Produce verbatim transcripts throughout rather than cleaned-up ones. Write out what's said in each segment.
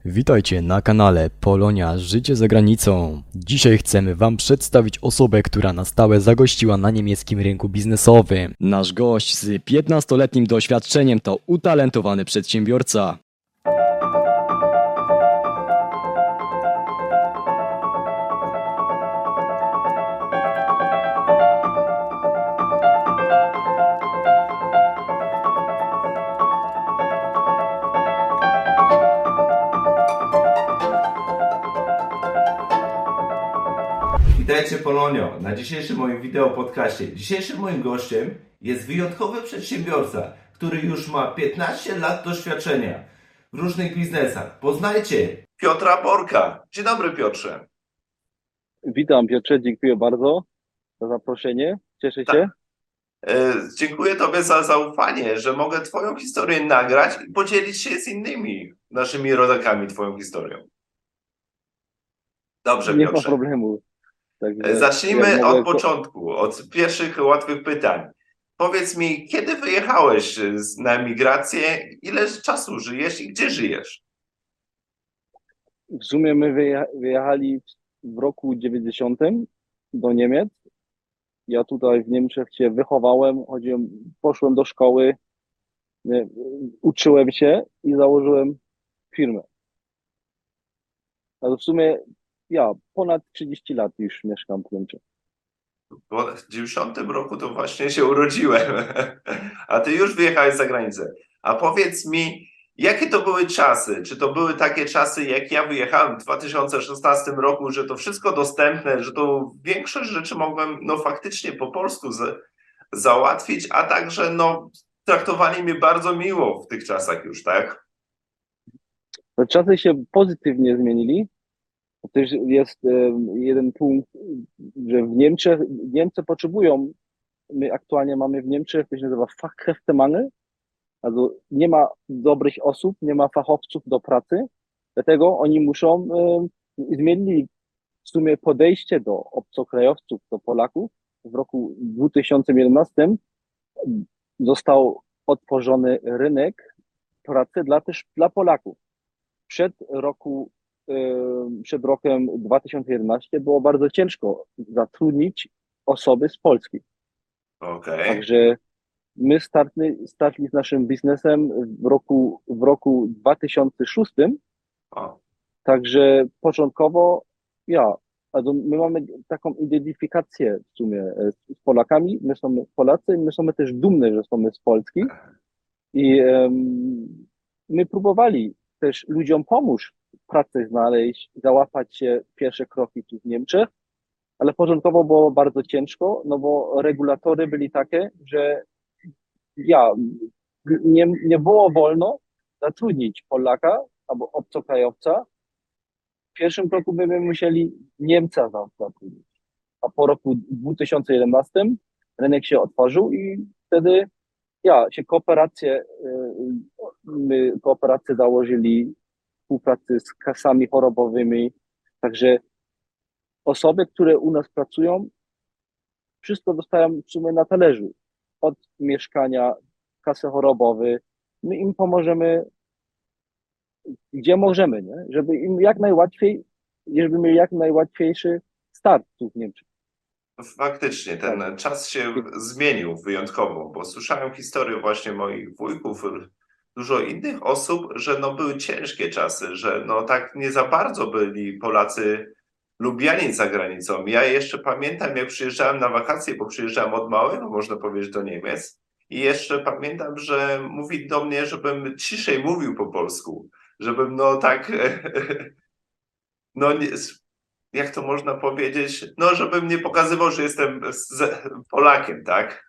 Witajcie na kanale Polonia Życie za granicą. Dzisiaj chcemy Wam przedstawić osobę, która na stałe zagościła na niemieckim rynku biznesowym. Nasz gość z piętnastoletnim doświadczeniem to utalentowany przedsiębiorca. Witajcie Polonio, na dzisiejszym moim wideo podcaście. Dzisiejszym moim gościem jest wyjątkowy przedsiębiorca, który już ma piętnaście lat doświadczenia w różnych biznesach. Poznajcie Piotra Borka. Dzień dobry, Piotrze. Witam, Piotrze, dziękuję bardzo za zaproszenie. Cieszę się. E, dziękuję Tobie za zaufanie, że mogę Twoją historię nagrać i podzielić się z innymi naszymi rodakami Twoją historią. Dobrze, Nie Piotrze. ma problemu. Także Zacznijmy mogę... od początku, od pierwszych łatwych pytań. Powiedz mi, kiedy wyjechałeś na emigrację, ile czasu żyjesz i gdzie żyjesz? W sumie my wyjechali w roku dziewięćdziesiątym do Niemiec. Ja tutaj w Niemczech się wychowałem, chodziłem, poszłem do szkoły, uczyłem się i założyłem firmę. Ale w sumie ja ponad trzydzieści lat już mieszkam w Niemczech. Bo w dziewięćdziesiątym roku to właśnie się urodziłem, a ty już wyjechałeś za granicę. A powiedz mi, jakie to były czasy? Czy to były takie czasy, jak ja wyjechałem w dwa tysiące szesnastym roku, że to wszystko dostępne, że to większość rzeczy mogłem no faktycznie po polsku z, załatwić, a także no traktowali mnie bardzo miło w tych czasach już, tak? Te czasy się pozytywnie zmienili. To też jest jeden punkt, że w Niemczech, Niemcy potrzebują, my aktualnie mamy w Niemczech, to się nazywa Fachkräftemangel, also nie ma dobrych osób, nie ma fachowców do pracy, dlatego oni muszą, zmienili w sumie podejście do obcokrajowców, do Polaków. W roku dwa tysiące jedenastym został otworzony rynek pracy dla, też dla Polaków. Przed roku przed rokiem dwa tysiące jedenastym było bardzo ciężko zatrudnić osoby z Polski. Okay. Także my startli, startli z naszym biznesem w roku, w roku dwa tysiące szóstym. O. Także początkowo ja, also my mamy taką identyfikację w sumie z Polakami. My są Polacy, my są też dumni, że są z Polski. I um, my próbowali też ludziom pomóc pracę znaleźć, załapać się pierwsze kroki tu w Niemczech, ale początkowo było bardzo ciężko, no bo regulatory byli takie, że ja, nie, nie było wolno zatrudnić Polaka albo obcokrajowca. W pierwszym kroku byśmy musieli Niemca zatrudnić, a po roku dwa tysiące jedenastym rynek się otworzył i wtedy ja, się kooperacje, my kooperacje założyli, współpracy z kasami chorobowymi, także osoby, które u nas pracują, wszystko dostają w sumie na talerzu, od mieszkania, kasy chorobowej, my im pomożemy, gdzie możemy, nie? Żeby im jak najłatwiej, żeby mieli jak najłatwiejszy start tu w Niemczech. Faktycznie, ten tak. czas się zmienił wyjątkowo, bo słyszałem historię właśnie moich wujków, dużo innych osób, że no były ciężkie czasy, że no tak nie za bardzo byli Polacy lubiani za granicą. Ja jeszcze pamiętam, jak przyjeżdżałem na wakacje, bo przyjeżdżałem od małego, można powiedzieć, do Niemiec i jeszcze pamiętam, że mówi do mnie, żebym ciszej mówił po polsku, żebym no tak, no nie, jak to można powiedzieć, no żebym nie pokazywał, że jestem Polakiem, tak?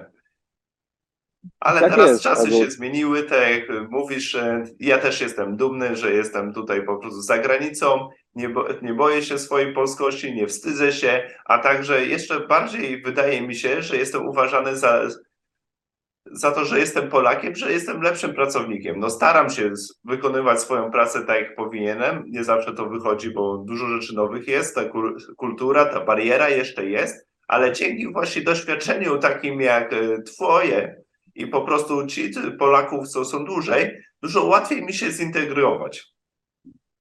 Ale tak teraz jest, czasy albo... się zmieniły, tak jak mówisz, ja też jestem dumny, że jestem tutaj po prostu za granicą, nie, bo, nie boję się swojej polskości, nie wstydzę się, a także jeszcze bardziej wydaje mi się, że jestem uważany za, za to, że jestem Polakiem, że jestem lepszym pracownikiem. No staram się wykonywać swoją pracę tak, jak powinienem, nie zawsze to wychodzi, bo dużo rzeczy nowych jest, ta kultura, ta bariera jeszcze jest, ale dzięki właśnie doświadczeniu takim jak twoje, i po prostu ci Polaków, co są dłużej, dużo łatwiej mi się zintegrować.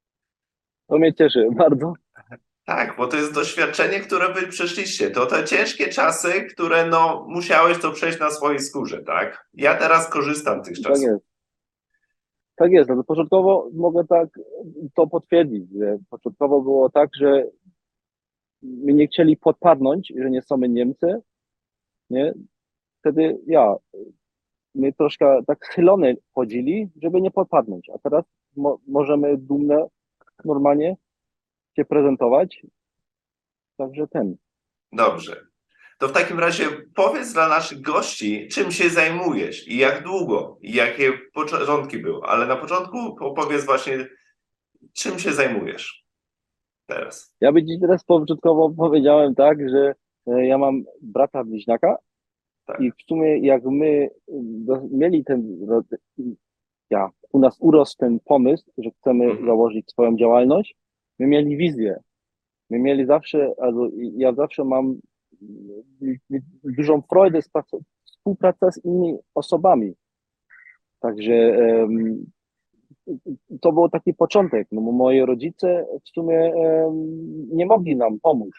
To mnie cieszy bardzo. Tak, bo to jest doświadczenie, które wy przeszliście. To te ciężkie czasy, które no musiałeś to przejść na swojej skórze, tak? Ja teraz korzystam z tych Tak czasów. jest. Tak jest. No to początkowo mogę tak to potwierdzić, że początkowo było tak, że my nie chcieli podpadnąć, że nie są Niemcy, nie? Wtedy ja, my troszkę tak schylone chodzili, żeby nie podpadnąć, a teraz mo możemy dumne normalnie się prezentować, także ten. Dobrze. To w takim razie powiedz dla naszych gości, czym się zajmujesz i jak długo, i jakie początki były. Ale na początku opowiedz właśnie, czym się zajmujesz teraz. Ja bym ci teraz początkowo powiedziałem tak, że e, ja mam brata bliźniaka Tak. i w sumie jak my do, mieli ten, ro- ja, u nas urósł ten pomysł, że chcemy Mhm. założyć swoją działalność, my mieli wizję. My mieli zawsze, also ja zawsze mam mm, dużą freudę z prac- współpraca z innymi osobami. Także em, to był taki początek, no bo moi rodzice w sumie em, nie mogli nam pomóc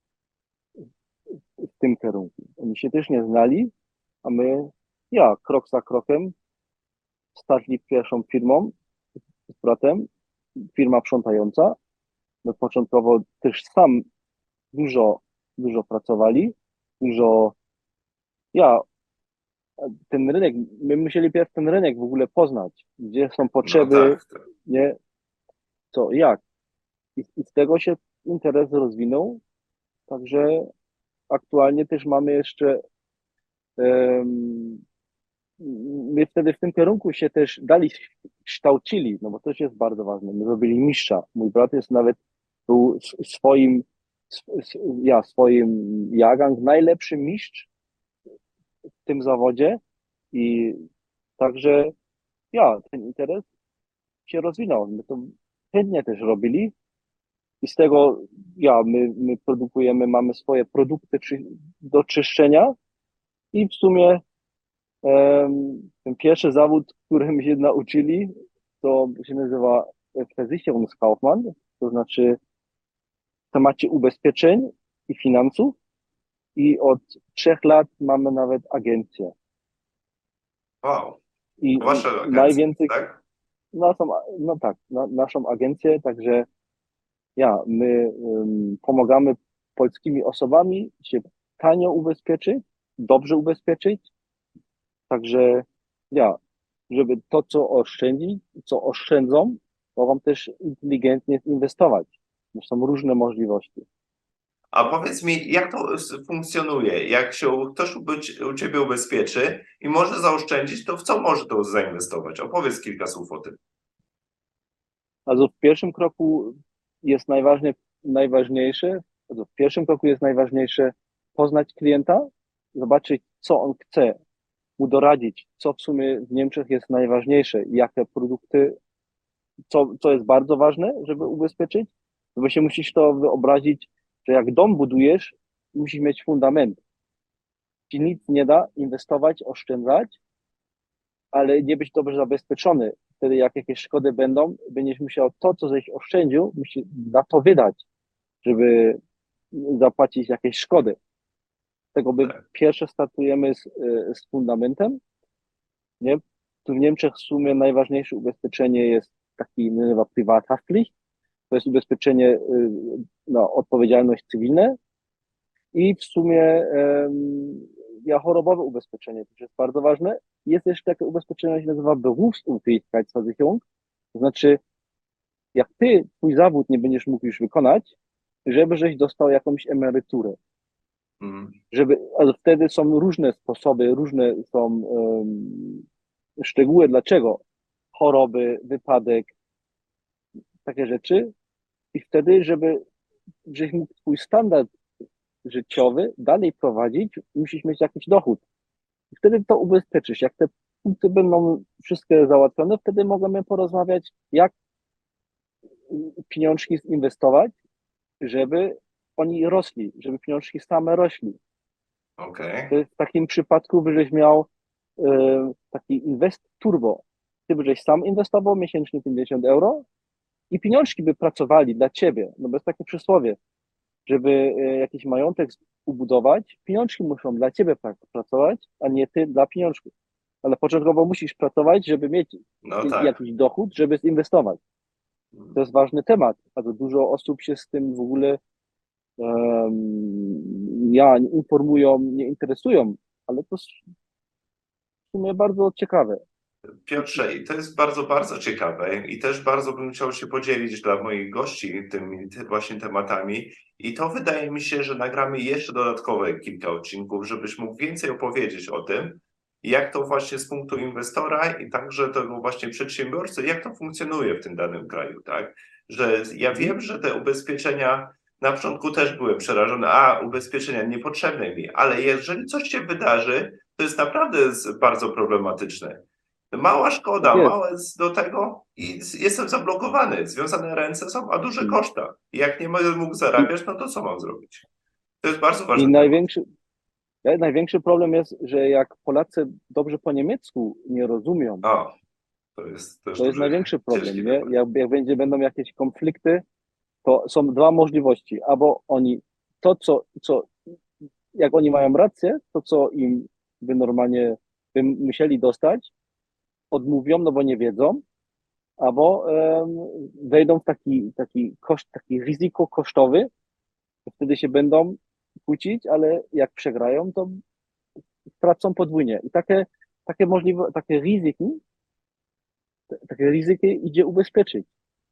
w tym kierunku. Oni się też nie znali, a my, ja, krok za krokiem starli pierwszą firmą z bratem, firma sprzątająca. My początkowo też sam dużo, dużo pracowali, dużo, ja, ten rynek, my musieli pierw ten rynek w ogóle poznać, gdzie są No potrzeby, tak. tak. nie, co, jak. I, i z tego się interes rozwinął, także aktualnie też mamy jeszcze, em, my wtedy w tym kierunku się też dali kształcili, no bo to też jest bardzo ważne. My zrobili mistrza. Mój brat jest nawet był s- swoim, s- s- ja, swoim jagang najlepszy mistrz w tym zawodzie i także, ja, ten interes się rozwinął. My to chętnie też robili i z tego, ja, my, my produkujemy, mamy swoje produkty czy, do czyszczenia i w sumie em, ten pierwszy zawód, którym się nauczyli, to się nazywa Versicherungskaufmann, to znaczy w temacie ubezpieczeń i finansów i od trzech lat mamy nawet agencję. Wow. I Wasza agencja, najwięcej, tak? naszą, no tak, na, naszą agencję, także ja, my um, pomagamy polskimi osobami się tanio ubezpieczyć, dobrze ubezpieczyć, także ja, żeby to, co oszczędzić, co oszczędzą, mogą też inteligentnie inwestować. Bo są różne możliwości. A powiedz mi, jak to s- funkcjonuje? Jak się ktoś u, być- u ciebie ubezpieczy i może zaoszczędzić, to w co może to zainwestować? Opowiedz kilka słów o tym. Also w pierwszym kroku jest najważniej, najważniejsze, also w pierwszym kroku jest najważniejsze poznać klienta, zobaczyć, co on chce, mu doradzić, co w sumie w Niemczech jest najważniejsze, jakie produkty, co, co jest bardzo ważne, żeby ubezpieczyć, no bo się musisz to wyobrazić, że jak dom budujesz, musisz mieć fundament. Ci nic nie da inwestować, oszczędzać, ale nie być dobrze zabezpieczony. Wtedy jak jakieś szkody będą, będziesz musiał to, co żeś oszczędził, musi na to wydać, żeby zapłacić jakieś szkody. Tego by Tak. pierwsze startujemy z, e, z fundamentem, nie? Tu w Niemczech w sumie najważniejsze ubezpieczenie jest taki nazywa Privathaftpflicht. To jest ubezpieczenie y, na odpowiedzialność cywilna i w sumie em, ja chorobowe ubezpieczenie, to jest bardzo ważne. Jest jeszcze takie ubezpieczenie, które się nazywa Berufsunfähigkeitsversicherung. To znaczy, jak ty twój zawód nie będziesz mógł już wykonać, żeby żeś dostał jakąś emeryturę. Mhm. Żeby, ale wtedy są różne sposoby, różne są um, szczegóły, dlaczego choroby, wypadek, takie rzeczy. I wtedy, żeby żeś mógł twój standard życiowy dalej prowadzić, musisz mieć jakiś dochód. I wtedy to ubezpieczysz. Jak te punkty będą wszystkie załatwione, wtedy możemy porozmawiać, jak pieniążki zinwestować, żeby oni rosli, żeby pieniążki same rośli. Okej. W takim przypadku byś miał e, taki inwest turbo. Ty byś sam inwestował miesięcznie pięćdziesiąt euro i pieniążki by pracowali dla ciebie, no bo jest takie przysłowie, żeby e, jakiś majątek ubudować, pieniążki muszą dla ciebie pra- pracować, a nie ty dla pieniążków. Ale początkowo musisz pracować, żeby mieć No i- tak. jakiś dochód, żeby zinwestować. To jest ważny temat, a to dużo osób się z tym w ogóle um, ja nie informują, nie interesują, ale to jest w sumie bardzo ciekawe. Piotrze, i to jest bardzo, bardzo ciekawe i też bardzo bym chciał się podzielić dla moich gości tymi ty- właśnie tematami i to wydaje mi się, że nagramy jeszcze dodatkowe kilka odcinków, żebyś mógł więcej opowiedzieć o tym, jak to właśnie z punktu inwestora i także tego właśnie przedsiębiorcy, jak to funkcjonuje w tym danym kraju, tak? Że ja Mhm. wiem, że te ubezpieczenia na początku też byłem przerażony, a ubezpieczenia niepotrzebne mi, ale jeżeli coś się wydarzy, to jest naprawdę z- bardzo problematyczne. Mała Tak szkoda, jest. małe z- do tego i z- jestem zablokowany. Związane ręce są, a duże Mhm. koszta. Jak nie będę mógł I, zarabiać, no to co mam zrobić? To jest bardzo i ważny temat. największy, e, największy problem jest, że jak Polacy dobrze po niemiecku nie rozumią, O, to jest też to jest duży, największy ciężki problem, nie? temat. Jak, jak będzie, będą jakieś konflikty, to są dwa możliwości. Albo oni to, co, co jak oni mają rację, to co im by normalnie by musieli dostać, odmówią, no bo nie wiedzą, albo em, wejdą w taki, taki koszt, taki ryzyko kosztowy, to wtedy się będą kłócić, ale jak przegrają, to tracą podwójnie. I takie, takie możliwe, takie ryzyki, takie ryzyki idzie ubezpieczyć.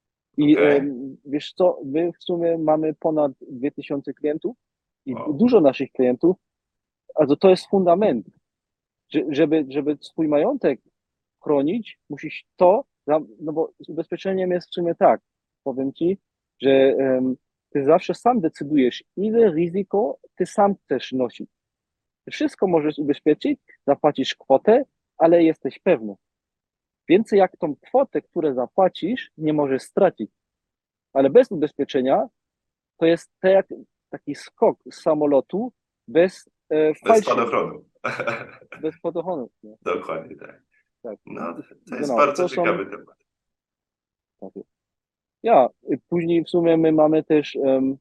I Okej. em, wiesz co, my w sumie mamy ponad dwa tysiące klientów i Wow. dużo naszych klientów, a to, to jest fundament, że, żeby, żeby swój majątek chronić, musisz to, no bo z ubezpieczeniem jest w sumie tak, powiem ci, że em, ty zawsze sam decydujesz, ile ryzyko ty sam chcesz nosić. Ty wszystko możesz ubezpieczyć, zapłacisz kwotę, ale jesteś pewny. Więcej jak tą kwotę, którą zapłacisz, nie możesz stracić. Ale bez ubezpieczenia to jest tak jak taki skok z samolotu bez e, Bez fallschirm, spadochronu. bez spadochronów. Nie? Dokładnie tak. Tak. No, to jest Genau. I bardzo to są ciekawy temat. takie. Ja, y, później w sumie my mamy też em,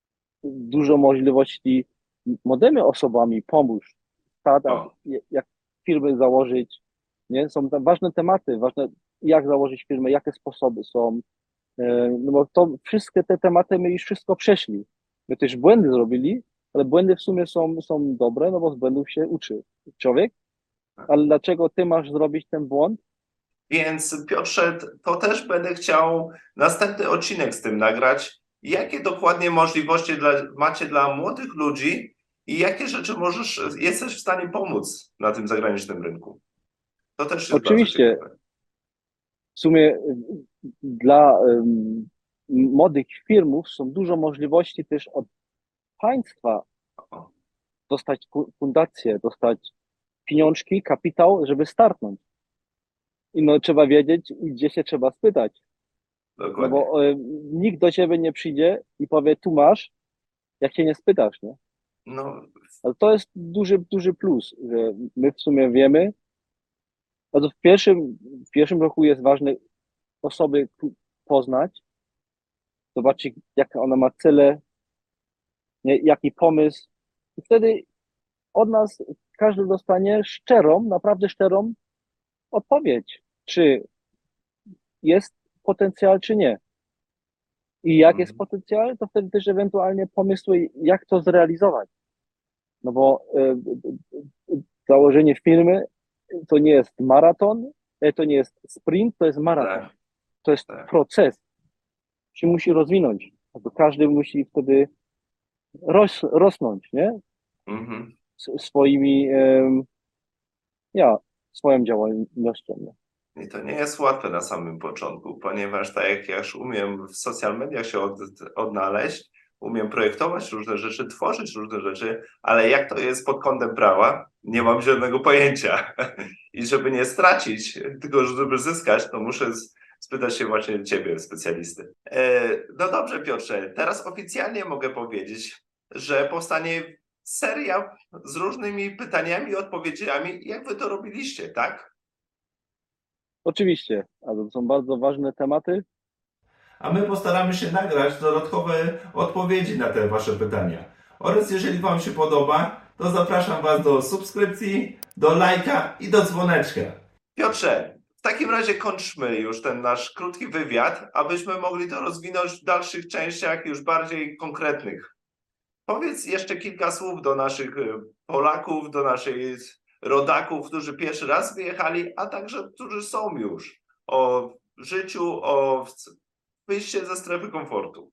dużo możliwości, możemy osobami pomóc, startup, O, je- jak firmy założyć, nie? Są tam ważne tematy, ważne jak założyć firmę, jakie sposoby są, e, no bo to wszystkie te tematy my już wszystko przeszli. My też błędy zrobili, ale błędy w sumie są, są dobre, no bo z błędów się uczy człowiek, ale dlaczego ty masz zrobić ten błąd? więc Piotrze, to też będę chciał następny odcinek z tym nagrać. Jakie dokładnie możliwości dla, macie dla młodych ludzi i jakie rzeczy możesz, jesteś w stanie pomóc na tym zagranicznym rynku? To też jest bardzo Oczywiście, ciekawe. w sumie y, dla um, młodych firmów są dużo możliwości też od państwa O, dostać fu- fundację, dostać pieniążki, kapitał, żeby startnąć. I no trzeba wiedzieć, gdzie się trzeba spytać. No dokładnie. bo y, nikt do ciebie nie przyjdzie i powie, tu masz, jak się nie spytasz, nie? No, Ale to jest duży, duży plus, że my w sumie wiemy. No to w pierwszym, w pierwszym roku jest ważne osoby ku- poznać, zobaczyć, jakie ona ma cele, nie, jaki pomysł. I wtedy od nas każdy dostanie szczerą, naprawdę szczerą odpowiedź, czy jest potencjał, czy nie. I jak jest mhm. potencjał, to wtedy też ewentualnie pomysły, jak to zrealizować. No bo e, e, założenie firmy to nie jest maraton, e, to nie jest sprint, to jest maraton. Tak, To jest tak. proces. Się musi rozwinąć. No to każdy musi wtedy ros, rosnąć, nie? Mhm. S- Swoimi, em, ja, swoją działalnością. Nie? I to nie jest łatwe na samym początku, ponieważ tak jak ja już umiem w social mediach się od, odnaleźć, umiem projektować różne rzeczy, tworzyć różne rzeczy, ale jak to jest pod kątem prawa, nie mam zielonego pojęcia. I żeby nie stracić, tylko żeby zyskać, to muszę z- spytać się właśnie ciebie, specjalisty. E, no dobrze, Piotrze, teraz oficjalnie mogę powiedzieć, że powstanie seria z różnymi pytaniami i odpowiedziami, jak wy to robiliście, tak? Oczywiście, ale to są bardzo ważne tematy. a my postaramy się nagrać dodatkowe odpowiedzi na te Wasze pytania. Oraz jeżeli Wam się podoba, to zapraszam Was do subskrypcji, do lajka i do dzwoneczka. Piotrze, w takim razie kończmy już ten nasz krótki wywiad, abyśmy mogli to rozwinąć w dalszych częściach już bardziej konkretnych. Powiedz jeszcze kilka słów do naszych Polaków, do naszych rodaków, którzy pierwszy raz wyjechali, a także którzy są już, o życiu, o wyjściu ze strefy komfortu.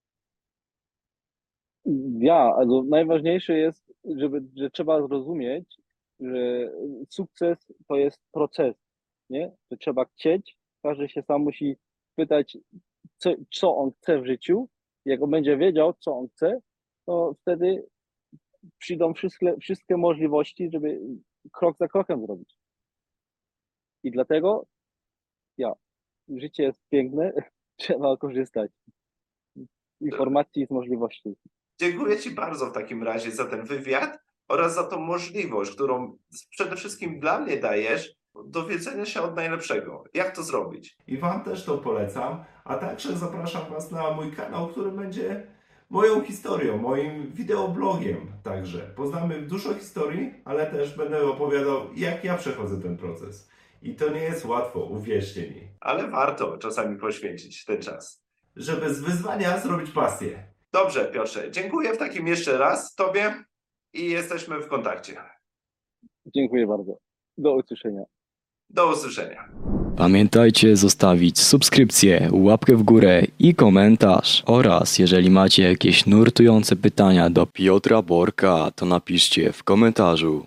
Ja, also najważniejsze jest, żeby, że trzeba zrozumieć, że sukces to jest proces, nie? To trzeba chcieć, każdy się sam musi pytać, co, co on chce w życiu. Jak on będzie wiedział, co on chce, to wtedy przyjdą wszystkie, wszystkie możliwości, żeby krok za krokiem zrobić. I dlatego, ja, życie jest piękne, trzeba korzystać z informacji i z możliwości. Dziękuję Ci bardzo w takim razie za ten wywiad oraz za tą możliwość, którą przede wszystkim dla mnie dajesz, dowiedzenia się od najlepszego. Jak to zrobić? I Wam też to polecam, a także zapraszam Was na mój kanał, który będzie moją historią, moim wideoblogiem także. Poznamy dużo historii, ale też będę opowiadał, jak ja przechodzę ten proces. I to nie jest łatwo, uwierzcie mi. Ale warto czasami poświęcić ten czas. Żeby z wyzwania zrobić pasję. Dobrze, Piotrze, dziękuję w takim jeszcze raz Tobie i jesteśmy w kontakcie. Dziękuję bardzo. Do usłyszenia. Do usłyszenia. Pamiętajcie zostawić subskrypcję, łapkę w górę i komentarz. Oraz jeżeli macie jakieś nurtujące pytania do Piotra Borka, to napiszcie w komentarzu.